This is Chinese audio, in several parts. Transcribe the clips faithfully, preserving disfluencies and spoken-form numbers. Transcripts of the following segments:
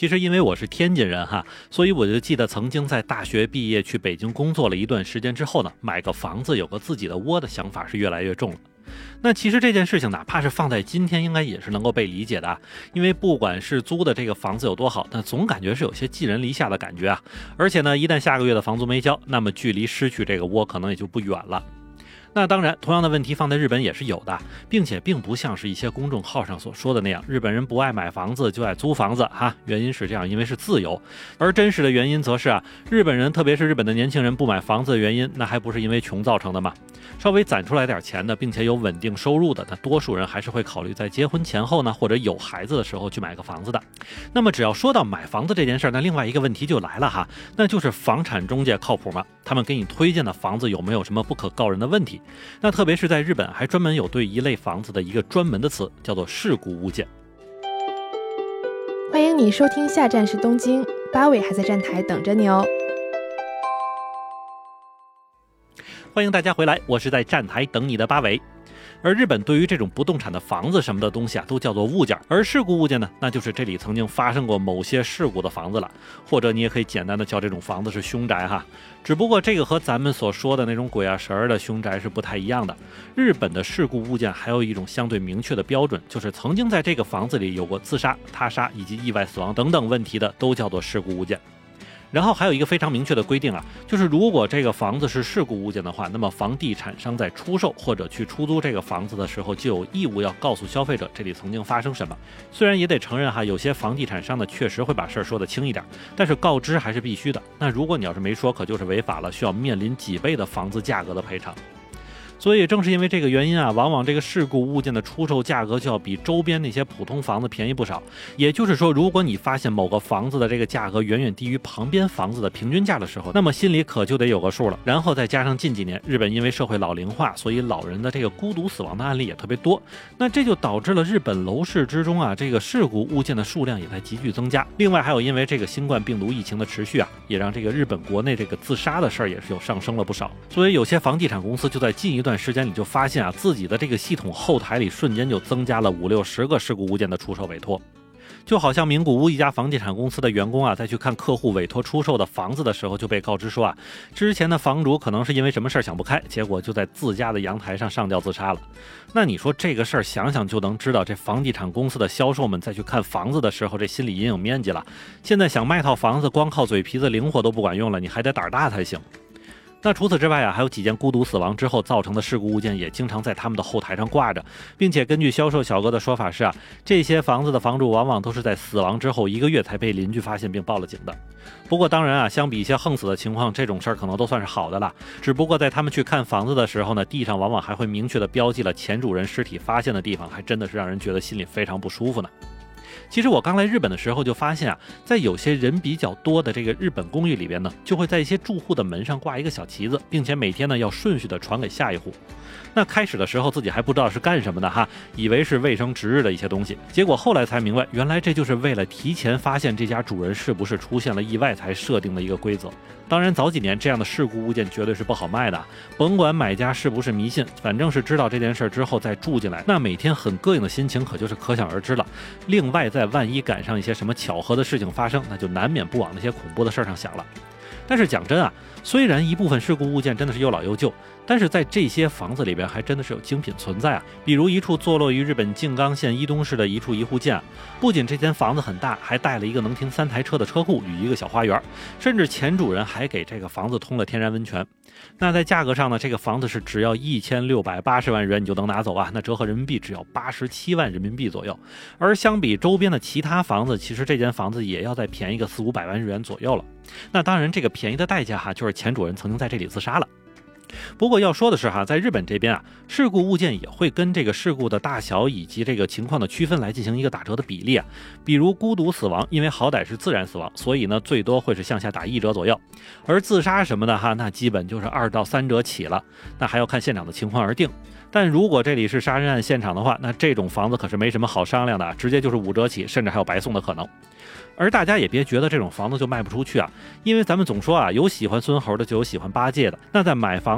其实因为我是天津人哈，所以我就记得曾经在大学毕业去北京工作了一段时间之后呢，买个房子有个自己的窝的想法是越来越重了。那其实这件事情哪怕是放在今天应该也是能够被理解的啊，因为不管是租的这个房子有多好，那总感觉是有些寄人篱下的感觉啊。而且呢，一旦下个月的房租没交，那么距离失去这个窝可能也就不远了。那当然，同样的问题放在日本也是有的，并且并不像是一些公众号上所说的那样，日本人不爱买房子就爱租房子哈。原因是这样，因为是自由，而真实的原因则是啊，日本人特别是日本的年轻人不买房子的原因，那还不是因为穷造成的吗？稍微攒出来点钱的，并且有稳定收入的，那多数人还是会考虑在结婚前后呢，或者有孩子的时候去买个房子的。那么只要说到买房子这件事，那另外一个问题就来了哈，那就是房产中介靠谱吗？他们给你推荐的房子有没有什么不可告人的问题？那特别是在日本还专门有对一类房子的一个专门的词，叫做事故物件。 欢迎你收听下站是东京，八尾还在站台等着你哦。 欢迎大家回来，我是在站台等你的八尾。而日本对于这种不动产的房子什么的东西啊，都叫做物件，而事故物件呢，那就是这里曾经发生过某些事故的房子了，或者你也可以简单的叫这种房子是凶宅哈。只不过这个和咱们所说的那种鬼啊神儿的凶宅是不太一样的。日本的事故物件还有一种相对明确的标准，就是曾经在这个房子里有过自杀、他杀以及意外死亡等等问题的，都叫做事故物件。然后还有一个非常明确的规定啊，就是如果这个房子是事故物件的话，那么房地产商在出售或者去出租这个房子的时候，就有义务要告诉消费者这里曾经发生什么。虽然也得承认哈，有些房地产商呢确实会把事儿说得轻一点，但是告知还是必须的。那如果你要是没说，可就是违法了，需要面临几倍的房子价格的赔偿。所以正是因为这个原因啊，往往这个事故物件的出售价格就要比周边那些普通房子便宜不少。也就是说，如果你发现某个房子的这个价格远远低于旁边房子的平均价的时候，那么心里可就得有个数了。然后再加上近几年日本因为社会老龄化，所以老人的这个孤独死亡的案例也特别多，那这就导致了日本楼市之中啊，这个事故物件的数量也在急剧增加。另外还有因为这个新冠病毒疫情的持续啊，也让这个日本国内这个自杀的事儿也是有上升了不少。所以有些房地产公司就在近一段时间里就发现啊，自己的这个系统后台里瞬间就增加了五六十个事故物件的出售委托。就好像名古屋一家房地产公司的员工啊，在去看客户委托出售的房子的时候，就被告知说啊，之前的房主可能是因为什么事儿想不开，结果就在自家的阳台上上吊自杀了。那你说这个事儿想想就能知道，这房地产公司的销售们在去看房子的时候，这心理阴影面积了。现在想卖套房子，光靠嘴皮子灵活都不管用了，你还得胆大才行。那除此之外啊，还有几件孤独死亡之后造成的事故物件也经常在他们的后台上挂着，并且根据销售小哥的说法是啊，这些房子的房主往往都是在死亡之后一个月才被邻居发现并报了警的。不过当然啊，相比一些横死的情况，这种事儿可能都算是好的了。只不过在他们去看房子的时候呢，地上往往还会明确的标记了前主人尸体发现的地方，还真的是让人觉得心里非常不舒服呢。其实我刚来日本的时候就发现啊，在有些人比较多的这个日本公寓里边呢，就会在一些住户的门上挂一个小旗子，并且每天呢要顺序的传给下一户。那开始的时候自己还不知道是干什么的哈，以为是卫生值日的一些东西，结果后来才明白，原来这就是为了提前发现这家主人是不是出现了意外才设定的一个规则。当然早几年这样的事故物件绝对是不好卖的，甭管买家是不是迷信，反正是知道这件事之后再住进来，那每天很膈应的心情可就是可想而知了。另外在万一赶上一些什么巧合的事情发生，那就难免不往那些恐怖的事上想了。但是讲真啊，虽然一部分事故物件真的是又老又旧，但是在这些房子里边还真的是有精品存在啊。比如一处坐落于日本静冈县伊东市的一处一户建啊，不仅这间房子很大，还带了一个能停三台车的车库与一个小花园，甚至前主人还给这个房子通了天然温泉。那在价格上呢，这个房子是只要一千六百八十万日元你就能拿走啊，那折合人民币只要八十七万人民币左右。而相比周边的其他房子，其实这间房子也要再便宜个四五百万日元左右了。那当然这个便宜的代价哈，就是前主人曾经在这里自杀了。不过要说的是哈，在日本这边啊，事故物件也会跟这个事故的大小以及这个情况的区分来进行一个打折的比例啊。比如孤独死亡，因为好歹是自然死亡，所以呢最多会是向下打一折左右，而自杀什么的哈，那基本就是二到三折起了，那还要看现场的情况而定。但如果这里是杀人案现场的话，那这种房子可是没什么好商量的，直接就是五折起，甚至还有白送的可能。而大家也别觉得这种房子就卖不出去啊，因为咱们总说啊，有喜欢孙猴的就有喜欢八戒的。那在买房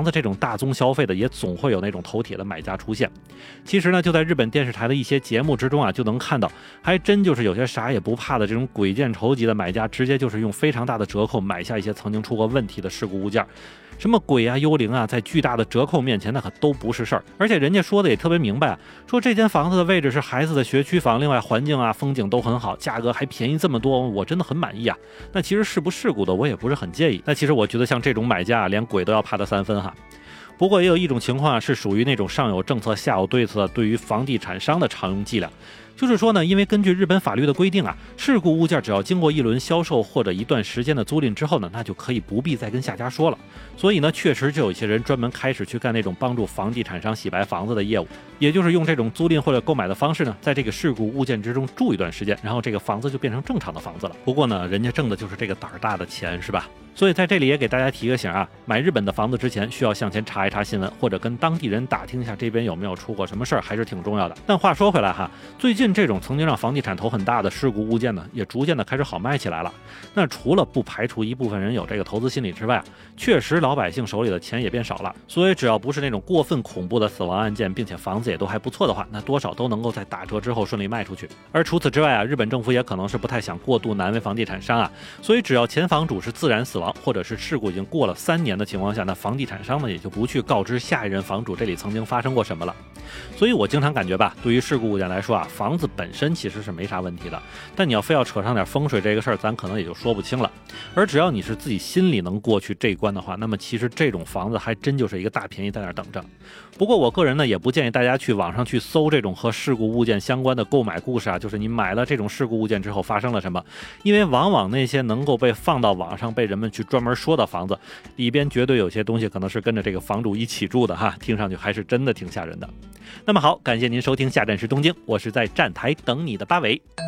房子这种大宗消费的，也总会有那种头铁的买家出现。其实呢，就在日本电视台的一些节目之中啊，就能看到，还真就是有些啥也不怕的这种鬼见愁级的买家，直接就是用非常大的折扣买下一些曾经出过问题的事故物件。什么鬼啊幽灵啊，在巨大的折扣面前那可都不是事儿。而且人家说的也特别明白啊，说这间房子的位置是孩子的学区房，另外环境啊风景都很好，价格还便宜这么多，我真的很满意啊。那其实事不事故的我也不是很介意。那其实我觉得像这种买家啊，连鬼都要怕他三分哈。不过也有一种情况啊，是属于那种上有政策下有对策，对于房地产商的常用伎俩。就是说呢，因为根据日本法律的规定啊，事故物件只要经过一轮销售或者一段时间的租赁之后呢，那就可以不必再跟下家说了。所以呢，确实就有一些人专门开始去干那种帮助房地产商洗白房子的业务，也就是用这种租赁或者购买的方式呢，在这个事故物件之中住一段时间，然后这个房子就变成正常的房子了。不过呢，人家挣的就是这个胆儿大的钱，是吧？所以在这里也给大家提个醒啊，买日本的房子之前需要向前查一查新闻，或者跟当地人打听一下这边有没有出过什么事儿，还是挺重要的。但话说回来哈，最近这种曾经让房地产头很大的事故物件呢，也逐渐的开始好卖起来了。那除了不排除一部分人有这个投资心理之外啊，确实老百姓手里的钱也变少了。所以只要不是那种过分恐怖的死亡案件，并且房子也都还不错的话，那多少都能够在打折之后顺利卖出去。而除此之外啊，日本政府也可能是不太想过度难为房地产商啊，所以只要前房主是自然死亡，或者是事故已经过了三年的情况下，那房地产商呢也就不去告知下一任房主这里曾经发生过什么了。所以我经常感觉吧，对于事故物件来说啊，房子本身其实是没啥问题的，但你要非要扯上点风水这个事儿，咱可能也就说不清了。而只要你是自己心里能过去这一关的话，那么其实这种房子还真就是一个大便宜在那儿等着。不过我个人呢也不建议大家去网上去搜这种和事故物件相关的购买故事啊，就是你买了这种事故物件之后发生了什么，因为往往那些能够被放到网上被人们去专门说的房子里边，绝对有些东西可能是跟着这个房主一起住的哈，听上去还是真的挺吓人的。那么好，感谢您收听下站是东京，我是在站台等你的八尾。